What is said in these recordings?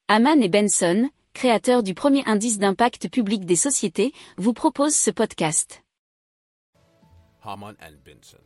Hamann et Benson, créateurs du premier indice d'impact public des sociétés, vous proposent ce podcast. Hamann and Benson.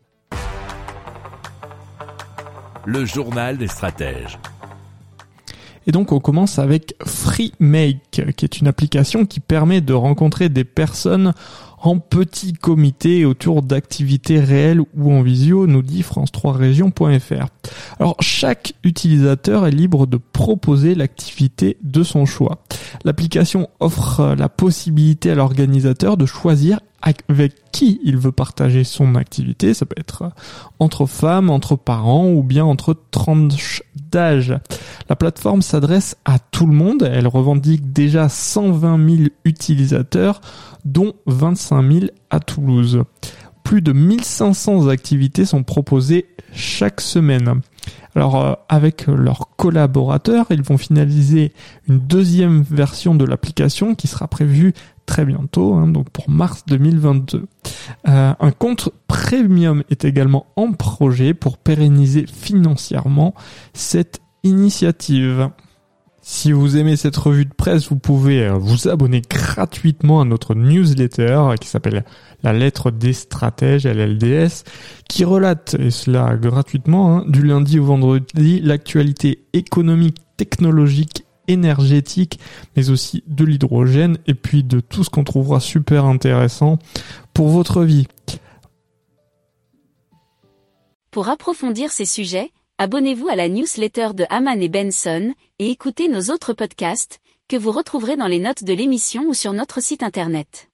Le journal des stratèges. Et donc on commence avec FreeMake, qui est une application qui permet de rencontrer des personnes en petit comité autour d'activités réelles ou en visio, nous dit france3région.fr. Alors chaque utilisateur est libre de proposer l'activité de son choix. L'application offre la possibilité à l'organisateur de choisir avec qui il veut partager son activité. Ça peut être entre femmes, entre parents ou bien entre tranches d'âge. La plateforme s'adresse à tout le monde. Elle revendique déjà 120 000 utilisateurs, dont 25 000 à Toulouse. Plus de 1500 activités sont proposées chaque semaine. Alors, avec leurs collaborateurs, ils vont finaliser une deuxième version de l'application qui sera prévue très bientôt, donc pour mars 2022. Un compte premium est également en projet pour pérenniser financièrement cette initiative. Si vous aimez cette revue de presse, vous pouvez vous abonner gratuitement à notre newsletter qui s'appelle La Lettre des Stratèges, LLDS, qui relate, et cela gratuitement, du lundi au vendredi, l'actualité économique, technologique, énergétique, mais aussi de l'hydrogène, et puis de tout ce qu'on trouvera super intéressant pour votre vie. Pour approfondir ces sujets, abonnez-vous à la newsletter de Hamann et Benson et écoutez nos autres podcasts que vous retrouverez dans les notes de l'émission ou sur notre site internet.